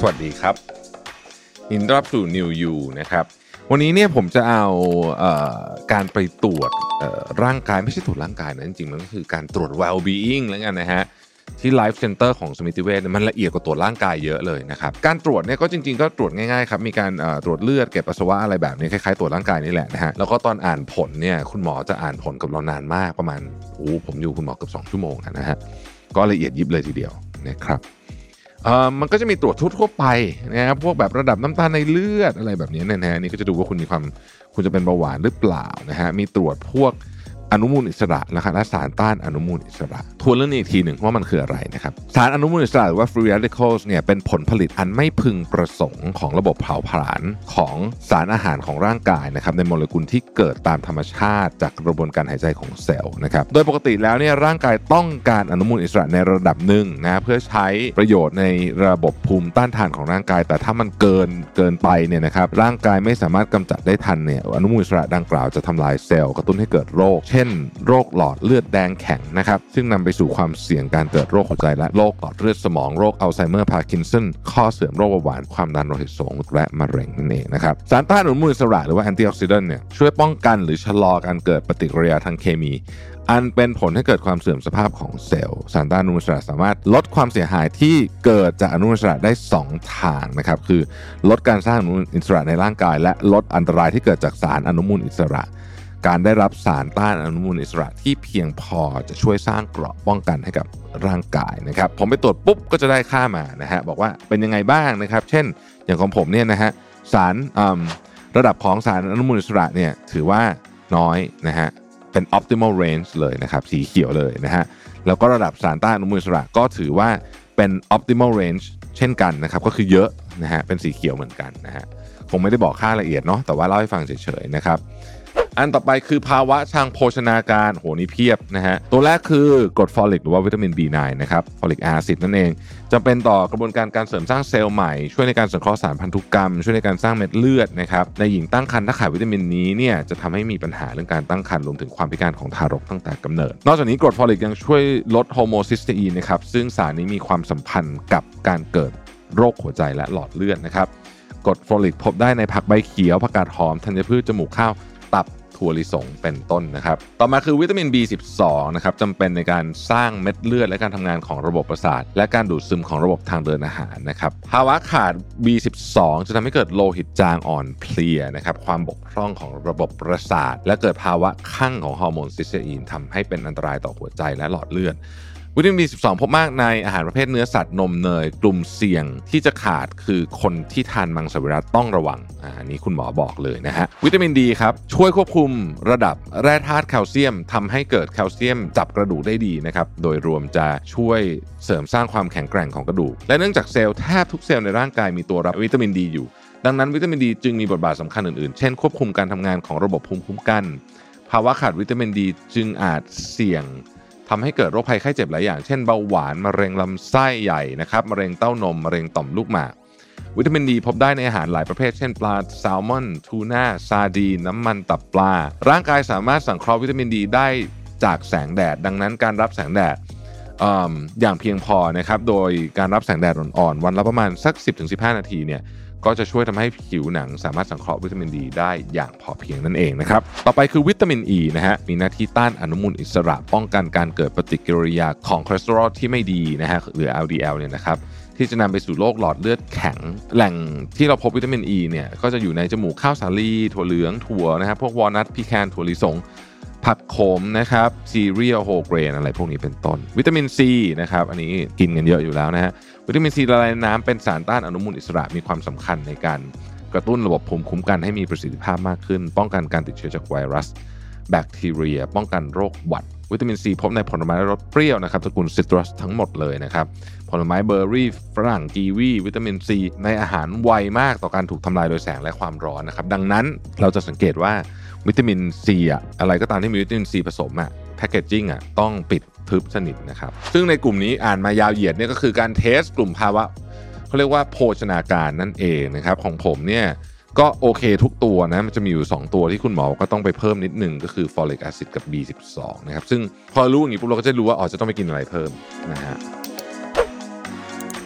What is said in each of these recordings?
วัสดีครับยินดีต้อนรับสู่ New You นะครับวันนี้เนี่ยผมจะเอาการไปตรวจร่างกายไม่ใช่ตรวจร่างกายนะจริงๆมันก็คือการตรวจ well-being แล้วกันนะฮะที่ Life Center ของสมิติเวชมันละเอียดกว่าตรวจร่างกายเยอะเลยนะครับการตรวจเนี่ยก็จริงๆก็ตรวจง่ายๆครับมีการตรวจเลือดเก็บปัสสาวะอะไรแบบนี้คล้ายๆตรวจร่างกายนี่แหละนะฮะแล้วก็ตอนอ่านผลเนี่ยคุณหมอจะอ่านผลกับเรานานมากประมาณผมอยู่คุณหมอเกือบ2 ชั่วโมงนะฮะก็ละเอียดยิบเลยทีเดียวนะครับมันก็จะมีตรวจทั่วไปนะครับพวกแบบระดับน้ำตาลในเลือดอะไรแบบนี้นะฮะนี่ก็จะดูว่าคุณจะเป็นเบาหวานหรือเปล่านะฮะมีตรวจพวกอนุมูลอิสระนะครับและสารต้านอนุมูลอิสระทวนเรื่องนี้อีกทีหนึ่งว่ามันคืออะไรนะครับสารอนุมูลอิสระหรือว่า free radicals เนี่ยเป็นผลผลิตอันไม่พึงประสงค์ของระบบเผาผลาญของสารอาหารของร่างกายนะครับในโมเลกุลที่เกิดตามธรรมชาติจากกระบวนการหายใจของเซลล์นะครับโดยปกติแล้วเนี่ยร่างกายต้องการอนุมูลอิสระในระดับหนึ่งนะเพื่อใช้ประโยชน์ในระบบภูมิต้านทานของร่างกายแต่ถ้ามันเกินไปเนี่ยนะครับร่างกายไม่สามารถกำจัดได้ทันเนี่ยอนุมูลอิสระดังกล่าวจะทำลายเซลล์กระตุ้นให้เกิดโรคเช่นโรคหลอดเลือดแดงแข็งนะครับซึ่งนำไปสู่ความเสี่ยงการเกิดโรคหัวใจและโรคหลอดเลือดสมองโรคอัลไซเมอร์พาร์กินสันข้อเสื่อมโรคเบาหวานความดันโลหิตสูงและมะเร็งนั่นเองนะครับสารต้านอนุมูลอิสระหรือว่าแอนตี้ออกซิแดนต์เนี่ยช่วยป้องกันหรือชะลอการเกิดปฏิกิริยาทางเคมีอันเป็นผลให้เกิดความเสื่อมสภาพของเซลล์สารต้านอนุมูลอิสระสามารถลดความเสียหายที่เกิดจากอนุมูลอิสระได้2ทางนะครับคือลดการสร้างอนุมูลอิสระในร่างกายและลดอันตรายที่เกิดจากสารอนุมูลอิสระการได้รับสารต้านอนุมูลอิสระที่เพียงพอจะช่วยสร้างเกราะป้องกันให้กับร่างกายนะครับผมไปตรวจปุ๊บก็จะได้ค่ามานะฮะบอกว่าเป็นยังไงบ้างนะครับเช่นอย่างของผมเนี่ยนะฮะสารระดับของสารอนุมูลอิสระเนี่ยถือว่าน้อยนะฮะเป็น optimal range เลยนะครับสีเขียวเลยนะฮะแล้วก็ระดับสารต้านอนุมูลอิสระก็ถือว่าเป็น optimal range เช่นกันนะครับก็คือเยอะนะฮะเป็นสีเขียวเหมือนกันนะฮะคงไม่ได้บอกค่าละเอียดเนาะแต่ว่าเล่าให้ฟังเฉยๆนะครับอันต่อไปคือภาวะทางโภชนาการโหนี่เพียบนะฮะตัวแรกคือกรดฟอลิกหรือว่าวิตามิน B9 นะครับฟอลิกแอซิดนั่นเองจำเป็นต่อกระบวนการเสริมสร้างเซลล์ใหม่ช่วยในการสังเคราะห์สารพันธุกรรมช่วยในการสร้างเม็ดเลือดนะครับในหญิงตั้งครรภ์ถ้าขาดวิตามินนี้เนี่ยจะทำให้มีปัญหาเรื่องการตั้งครรภ์รวมถึงความพิการของทารกตั้งแต่กำเนิดนอกจากนี้กรดฟอลิกยังช่วยลดโฮโมซิสเตอีนนะครับซึ่งสารนี้มีความสัมพันธ์กับการเกิดโรคหัวใจและหลอดเลือดนะครับกรดฟอลิกพบได้ในผักใบเขียวผักกาดหอมธัญพืชจมูกข้าวตับถั่วลิสงเป็นต้นนะครับต่อมาคือวิตามิน B12 นะครับจำเป็นในการสร้างเม็ดเลือดและการทำงานของระบบประสาทและการดูดซึมของระบบทางเดินอาหารนะครับภาวะขาด B12 จะทำให้เกิดโลหิตจางอ่อนเพลียนะครับความบกพร่องของระบบประสาทและเกิดภาวะคั่งของฮอร์โมนซิสเตอีนทำให้เป็นอันตรายต่อหัวใจและหลอดเลือดวิตามิน B12 พบมากในอาหารประเภทเนื้อสัตว์นมเนยกลุ่มเสี่ยงที่จะขาดคือคนที่ทานมังสวิรัติต้องระวังอันนี้คุณหมอบอกเลยนะฮะวิตามินดีครับช่วยควบคุมระดับแร่ธาตุแคลเซียมทำให้เกิดแคลเซียมจับกระดูกได้ดีนะครับโดยรวมจะช่วยเสริมสร้างความแข็งแกร่งของกระดูกและเนื่องจากเซลล์แทบทุกเซลล์ในร่างกายมีตัวรับวิตามินดีอยู่ดังนั้นวิตามินดีจึงมีบทบาทสำคัญอื่นๆเช่นควบคุมการทำงานของระบบภูมิคุ้มกันภาวะขาดวิตามินดีจึงอาจเสี่ยงทำให้เกิดโรคภัยไข้เจ็บหลายอย่างเช่นเบาหวานมะเร็งลำไส้ใหญ่นะครับมะเร็งเต้านมมะเร็งต่อมลูกหมากวิตามินดีพบได้ในอาหารหลายประเภทเช่นปลาแซลมอนทูน่าซาร์ดีนน้ำมันตับปลาร่างกายสามารถสังเคราะห์วิตามินดีได้จากแสงแดดดังนั้นการรับแสงแดดอย่างเพียงพอนะครับโดยการรับแสงแดดอ่อนๆวันละประมาณสัก 10-15 นาทีเนี่ยก็จะช่วยทำให้ผิวหนังสามารถสังเคราะห์วิตามินดีได้อย่างพอเพียงนั่นเองนะครับต่อไปคือวิตามินอ e ีนะฮะมีหน้าที่ต้านอนุมูลอิสระป้องกันการเกิดปฏิกิริยาของคอเลสเตอรอลที่ไม่ดีนะฮะหรือ LDL เนี่ยนะครับที่จะนำไปสู่โรคหลอดเลือดแข็งแหล่งที่เราพบวิตามินอ e ีเนี่ยก็จะอยู่ในจมูกข้าวสาลีถั่วเหลืองถั่วนะครับพวกวอลนัทพีแคนถั่วลิสงผักขมนะครับซีเรียลโฮเกรนอะไรพวกนี้เป็นต้นวิตามินซีนะครับอันนี้กินกันเยอะอยู่แล้วนะฮะวิตามินซีละลายน้ำเป็นสารต้านอนุมูลอิสระมีความสำคัญในการกระตุ้นระบบภูมิคุ้มกันให้มีประสิทธิภาพมากขึ้นป้องกันการติดเชื้อจากไวรัสแบคทีเรียป้องกันโรคหวัดวิตามินซีพบในผลไม้รสเปรี้ยวนะครับตระกูลซิตรัสทั้งหมดเลยนะครับผลไม้เบอร์รี่ฝรั่งกีวีวิตามินซีในอาหารไวมากต่อการถูกทำลายโดยแสงและความร้อนนะครับดังนั้นเราจะสังเกตว่าวิตามินซีอะไรก็ตามที่มีวิตามินซีผสมแพคเกจจิ้งต้องปิดทึบสนิทนะครับซึ่งในกลุ่มนี้อ่านมายาวเหยียดเนี่ยก็คือการเทสกลุ่มภาวะเขาเรียกว่าโภชนาการนั่นเองนะครับของผมเนี่ยก็โอเคทุกตัวนะมันจะมีอยู่2ตัวที่คุณหมอก็ต้องไปเพิ่มนิดนึงก็คือฟอลิกแอซิดกับ B12 นะครับซึ่งพอรู้อย่างนี้ปุ๊บเราก็จะรู้ว่าจะต้องไปกินอะไรเพิ่มนะฮะ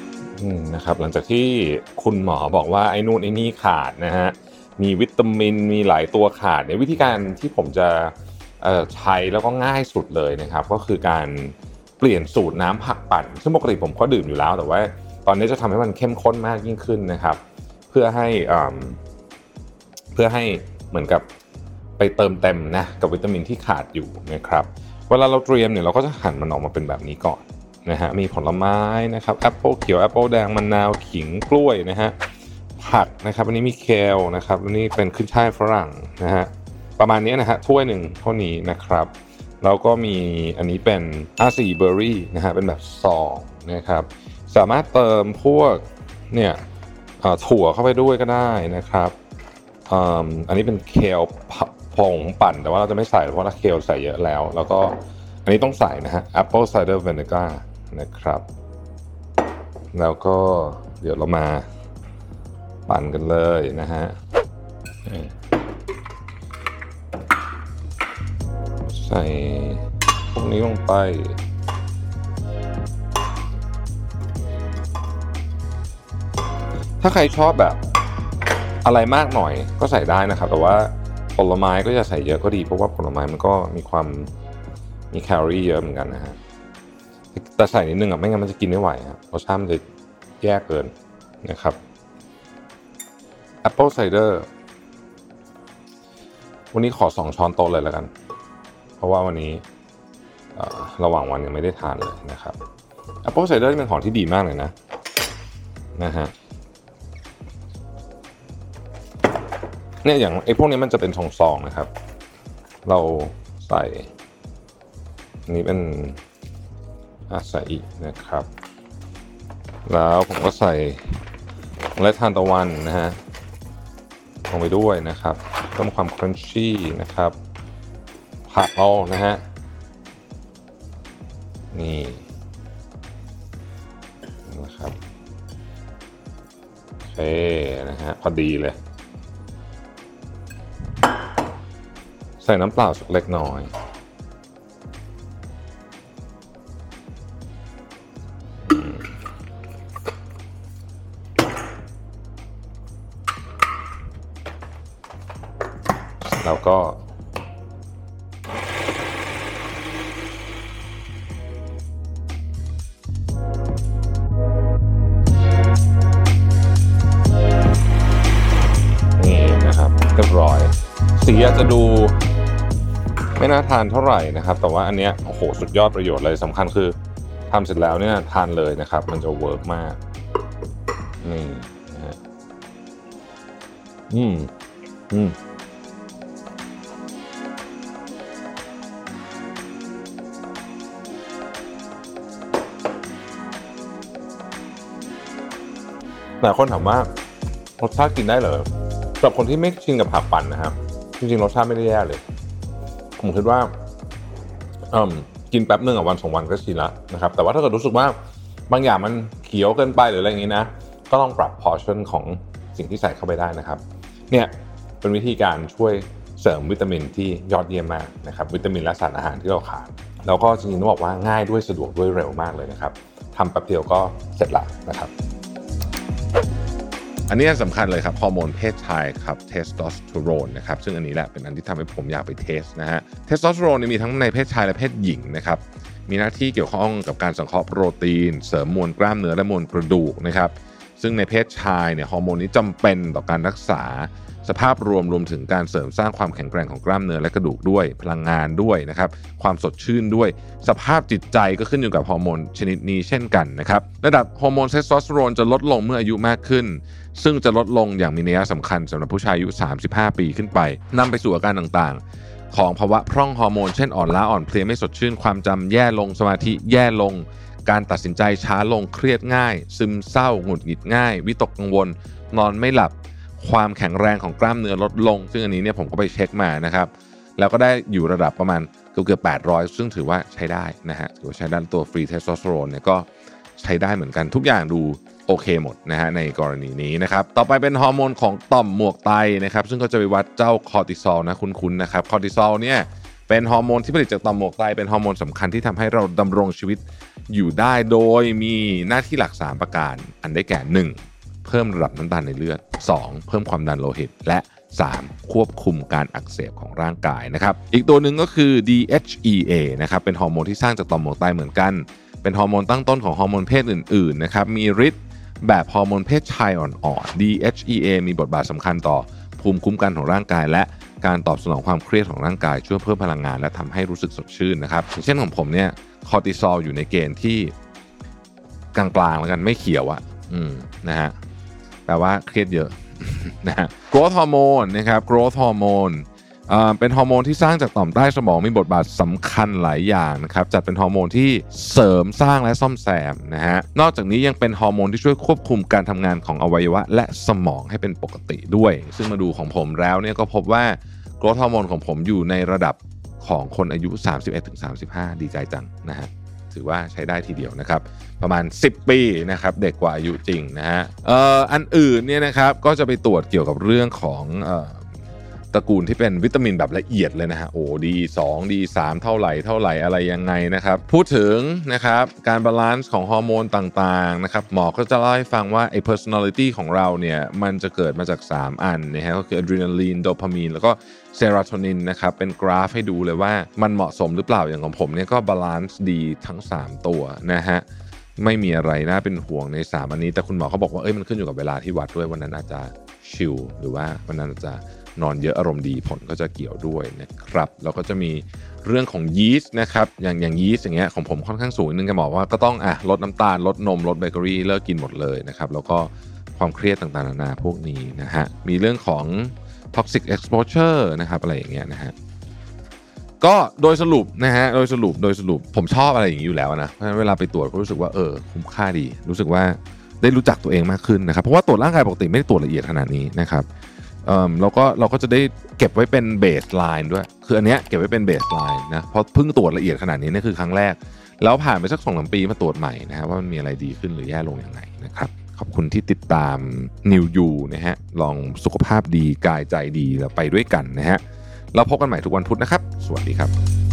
นะครับหลังจากที่คุณหมอบอกว่าไอ้นู่นไอ้นี่ขาดนะฮะมีวิตามินมีหลายตัวขาดเนี่ยวิธีการที่ผมจะใช้แล้วก็ง่ายสุดเลยนะครับก็คือการเปลี่ยนสูตรน้ำผักปั่นซึ่งปกติผมก็ดื่มอยู่แล้วแต่ว่าตอนนี้จะทำให้มันเข้มข้นมากยิ่งขึ้นนะครับเพื่อให้เหมือนกับไปเติมเต็มนะกับวิตามินที่ขาดอยู่นะครับเวลาเราเตรียมเนี่ยเราก็จะหั่นมันออกมาเป็นแบบนี้ก่อนนะฮะมีผลไม้นะครับแอปเปิลเขียวแอปเปิลแดงมะนาวขิงกล้วยนะฮะผักนะครับอันนี้มีเคลนะครับอันนี้เป็นขึ้นช่ายฝรั่งนะฮะประมาณนี้นะฮะถ้วยหนึ่งเท่านี้นะครับแล้วก็มีอันนี้เป็น4เบอร์รี่นะฮะเป็นแบบซองนะครับสามารถเติมพวกเนี่ยถั่วเข้าไปด้วยก็ได้นะครับอันนี้เป็นเคลผงปั่นแต่ว่าเราจะไม่ใส่เพราะว่าเคลใส่เยอะแล้วก็อันนี้ต้องใส่นะฮะ Apple Cider Vinegar นะครับแล้วก็เดี๋ยวเรามาปั่นกันเลยนะฮะใส่พวกนี้ลงไปถ้าใครชอบแบบอะไรมากหน่อยก็ใส่ได้นะครับแต่ว่าผลไม้ก็จะใส่เยอะก็ดีเพราะว่าผลไม้มันก็มีแคลอรี่เยอะเหมือนกันนะฮะแต่ใส่นิดนึงไม่งั้นมันจะกินไม่ไหวครับรสชาติมันจะแย่เกินนะครับ Apple Cider วันนี้ขอ2ช้อนโต๊ะเลยแล้วกันเพราะว่าวันนี้ระหว่างวันยังไม่ได้ทานเลยนะครับ Apple Cider เป็นของที่ดีมากเลยนะฮะเนี่ยอย่างไอ้พวกนี้มันจะเป็นซองๆนะครับเราใส่อันนี้เป็นอาซาอินะครับแล้วผมก็ใส่เมล็ดทานตะวันนะฮะลงไปด้วยนะครับเพิ่มความครันชี่นะครับผักเอานะฮะนี่นะครับโอเคนะฮะพอดีเลยใส่น้ำเปล่าสักเล็กน้อยแล้วก็นี่นะครับเรียบร้อยสีอาจจะดูไม่น่าทานเท่าไหร่นะครับแต่ว่าอันเนี้ยโอ้โหสุดยอดประโยชน์เลยสำคัญคือทำเสร็จแล้วเนี่ยทานเลยนะครับมันจะเวิร์กมากนี่นะฮะหลายคนถามว่ารสชาติกินได้เหรอสำหรับคนที่ไม่ชินกับผักปั่นนะครับจริงๆรสชาติไม่ได้แย่เลยผมคิดว่ากินแป๊บนึงวัน2วันก็ชินละนะครับแต่ว่าถ้าเกิดรู้สึกว่าบางอย่างมันเขียวเกินไปหรืออะไรอย่างนี้นะก็ต้องปรับพอร์ชั่นของสิ่งที่ใส่เข้าไปได้นะครับเนี่ยเป็นวิธีการช่วยเสริมวิตามินที่ยอดเยี่ยมมากนะครับวิตามินและสารอาหารที่เราขาดแล้วก็จริงๆต้องบอกว่าง่ายด้วยสะดวกด้วยเร็วมากเลยนะครับทำแป๊บเดียวก็เสร็จละนะครับอันนี้สำคัญเลยครับฮอร์โมนเพศชายครับเทสโทสเตอโรนนะครับซึ่งอันนี้แหละเป็นอันที่ทำให้ผมอยากไปเทสนะฮะเทสโทสเตอโรนมีทั้งในเพศชายและเพศหญิงนะครับมีหน้าที่เกี่ยวข้องกับการสังเคราะห์โปรตีนเสริมมวลกล้ามเนื้อและมวลกระดูกนะครับซึ่งในเพศชายเนี่ยฮอร์โมนนี้จำเป็นต่อการรักษาสภาพรวมถึงการเสริมสร้างความแข็งแกร่งของกล้ามเนื้อและกระดูกด้วยพลังงานด้วยนะครับความสดชื่นด้วยสภาพจิตใจก็ขึ้นอยู่กับฮอร์โมนชนิดนี้เช่นกันนะครับระดับฮอร์โมนเทสโทสเตอโรนจะลดลงเมื่ออายุมากขึ้นซึ่งจะลดลงอย่างมีนัยสำคัญสำหรับผู้ชายอายุ35ปีขึ้นไปนำไปสู่อาการต่างๆของภาวะพร่องฮอร์โมนเช่นอ่อนล้าอ่อนเพลียไม่สดชื่นความจำแย่ลงสมาธิแย่ลงการตัดสินใจช้าลงเครียดง่ายซึมเศร้าหงุดหงิดง่ายวิตกกังวลนอนไม่หลับความแข็งแรงของกล้ามเนื้อลดลงซึ่งอันนี้เนี่ยผมก็ไปเช็คมานะครับแล้วก็ได้อยู่ระดับประมาณเกือบ800ซึ่งถือว่าใช้ได้นะฮะถือว่าใช้ได้ตัวฟรีเทสโทสเตอโรนเนี่ยก็ใช้ได้เหมือนกันทุกอย่างดูโอเคหมดนะฮะในกรณีนี้นะครับต่อไปเป็นฮอร์โมนของต่อมหมวกไตนะครับซึ่งก็จะไปวัดเจ้าคอร์ติซอลนะคุ้นๆนะครับคอร์ติซอลเนี่ยเป็นฮอร์โมนที่ผลิตจากต่อมหมวกไตเป็นฮอร์โมนสำคัญที่ทำให้เราดำรงชีวิตอยู่ได้โดยมีหน้าที่หลัก3ประการอันได้แก่1เพิ่มระดับน้ำตาลในเลือด2เพิ่มความดันโลหิตและ3ควบคุมการอักเสบของร่างกายนะครับอีกตัวหนึ่งก็คือ DHEA นะครับเป็นฮอร์โมนที่สร้างจากต่อมหมวกไตเหมือนกันเป็นฮอร์โมนตั้งต้นของฮอร์โมนเพศอื่นๆนะครับมีฤทธิ์แบบฮอร์โมนเพศชายอ่อนๆ DHEA มีบทบาทสำคัญต่อภูมิคุ้มกันของร่างกายและการตอบสนองความเครียดของร่างกายช่วยเพิ่มพลังงานและทำให้รู้สึกสดชื่นนะครับอย่างเช่นของผมเนี่ยคอร์ติซอลอยู่ในเกณฑ์ที่กลางๆแล้วกันไม่เขียวอะนะฮะแปลว่าเครียดเยอะนะฮะ growth hormone นะครับ growth hormone เป็นฮอร์โมนที่สร้างจากต่อมใต้สมองมีบทบาทสำคัญหลายอย่างนะครับจัดเป็นฮอร์โมนที่เสริมสร้างและซ่อมแซมนะฮะนอกจากนี้ยังเป็นฮอร์โมนที่ช่วยควบคุมการทำงานของอวัยวะและสมองให้เป็นปกติด้วยซึ่งมาดูของผมแล้วเนี่ยก็พบว่า growth hormone ของผมอยู่ในระดับของคนอายุ 31-35 ดีใจจังนะฮะถือว่าใช้ได้ทีเดียวนะครับประมาณ10ปีนะครับเด็กกว่าอายุจริงนะฮะอันอื่นเนี่ยนะครับก็จะไปตรวจเกี่ยวกับเรื่องของตระกูลที่เป็นวิตามินแบบละเอียดเลยนะฮะD2 D3 เท่าไหร่อะไรยังไงนะครับพูดถึงนะครับการบาลานซ์ของฮอร์โมนต่างๆนะครับหมอก็จะเล่าให้ฟังว่าไอ้ personality ของเราเนี่ยมันจะเกิดมาจาก3อันนะฮะก็คืออะดรีนาลีนโดพามีนแล้วก็เซโรโทนินนะครับเป็นกราฟให้ดูเลยว่ามันเหมาะสมหรือเปล่าอย่างของผมเนี่ยก็บาลานซ์ดีทั้ง3ตัวนะฮะไม่มีอะไรน่าเป็นห่วงใน3อันนี้แต่คุณหมอเขาบอกว่ามันขึ้นอยู่กับเวลาที่วัดด้วยวันนั้นอาจจะชิลหรือว่าวันนั้นอาจจะนอนเยอะอารมณ์ดีผลก็จะเกี่ยวด้วยนะครับแล้วก็จะมีเรื่องของยีสต์นะครับอย่างยีสต์อย่างเงี้ยของผมค่อนข้างสูงนึงกันหมอว่าก็ต้องลดน้ำตาลลดนมลดเบเกอรี่เลิกกินหมดเลยนะครับแล้วก็ความเครียดต่างๆนานาพวกนี้นะฮะมีเรื่องของ toxic exposure นะครับอะไรอย่างเงี้ยนะฮะก็โดยสรุปนะฮะโดยสรุปผมชอบอะไรอย่างนี้อยู่แล้วนะเพราะฉะนั้นเวลาไปตรวจก็รู้สึกว่าคุ้มค่าดีรู้สึกว่าได้รู้จักตัวเองมากขึ้นนะครับเพราะว่าตรวจร่างกายปกติไม่ได้ตรวจละเอียดขนาดนี้นะครับเราก็จะได้เก็บไว้เป็นเบสไลน์ด้วยคืออันเนี้ยเก็บไว้เป็นเบสไลน์นะเพราะเพิ่งตรวจละเอียดขนาดนี้นี่คือครั้งแรกแล้วผ่านไปสัก 2-3 ปีมาตรวจใหม่นะฮะว่ามันมีอะไรดีขึ้นหรือแย่ลงยังไงนะครับขอบคุณที่ติดตาม New You นะฮะลองสุขภาพดีกายใจดีแล้วไปด้วยกันนะฮะเราพบกันใหม่ทุกวันพุธนะครับสวัสดีครับ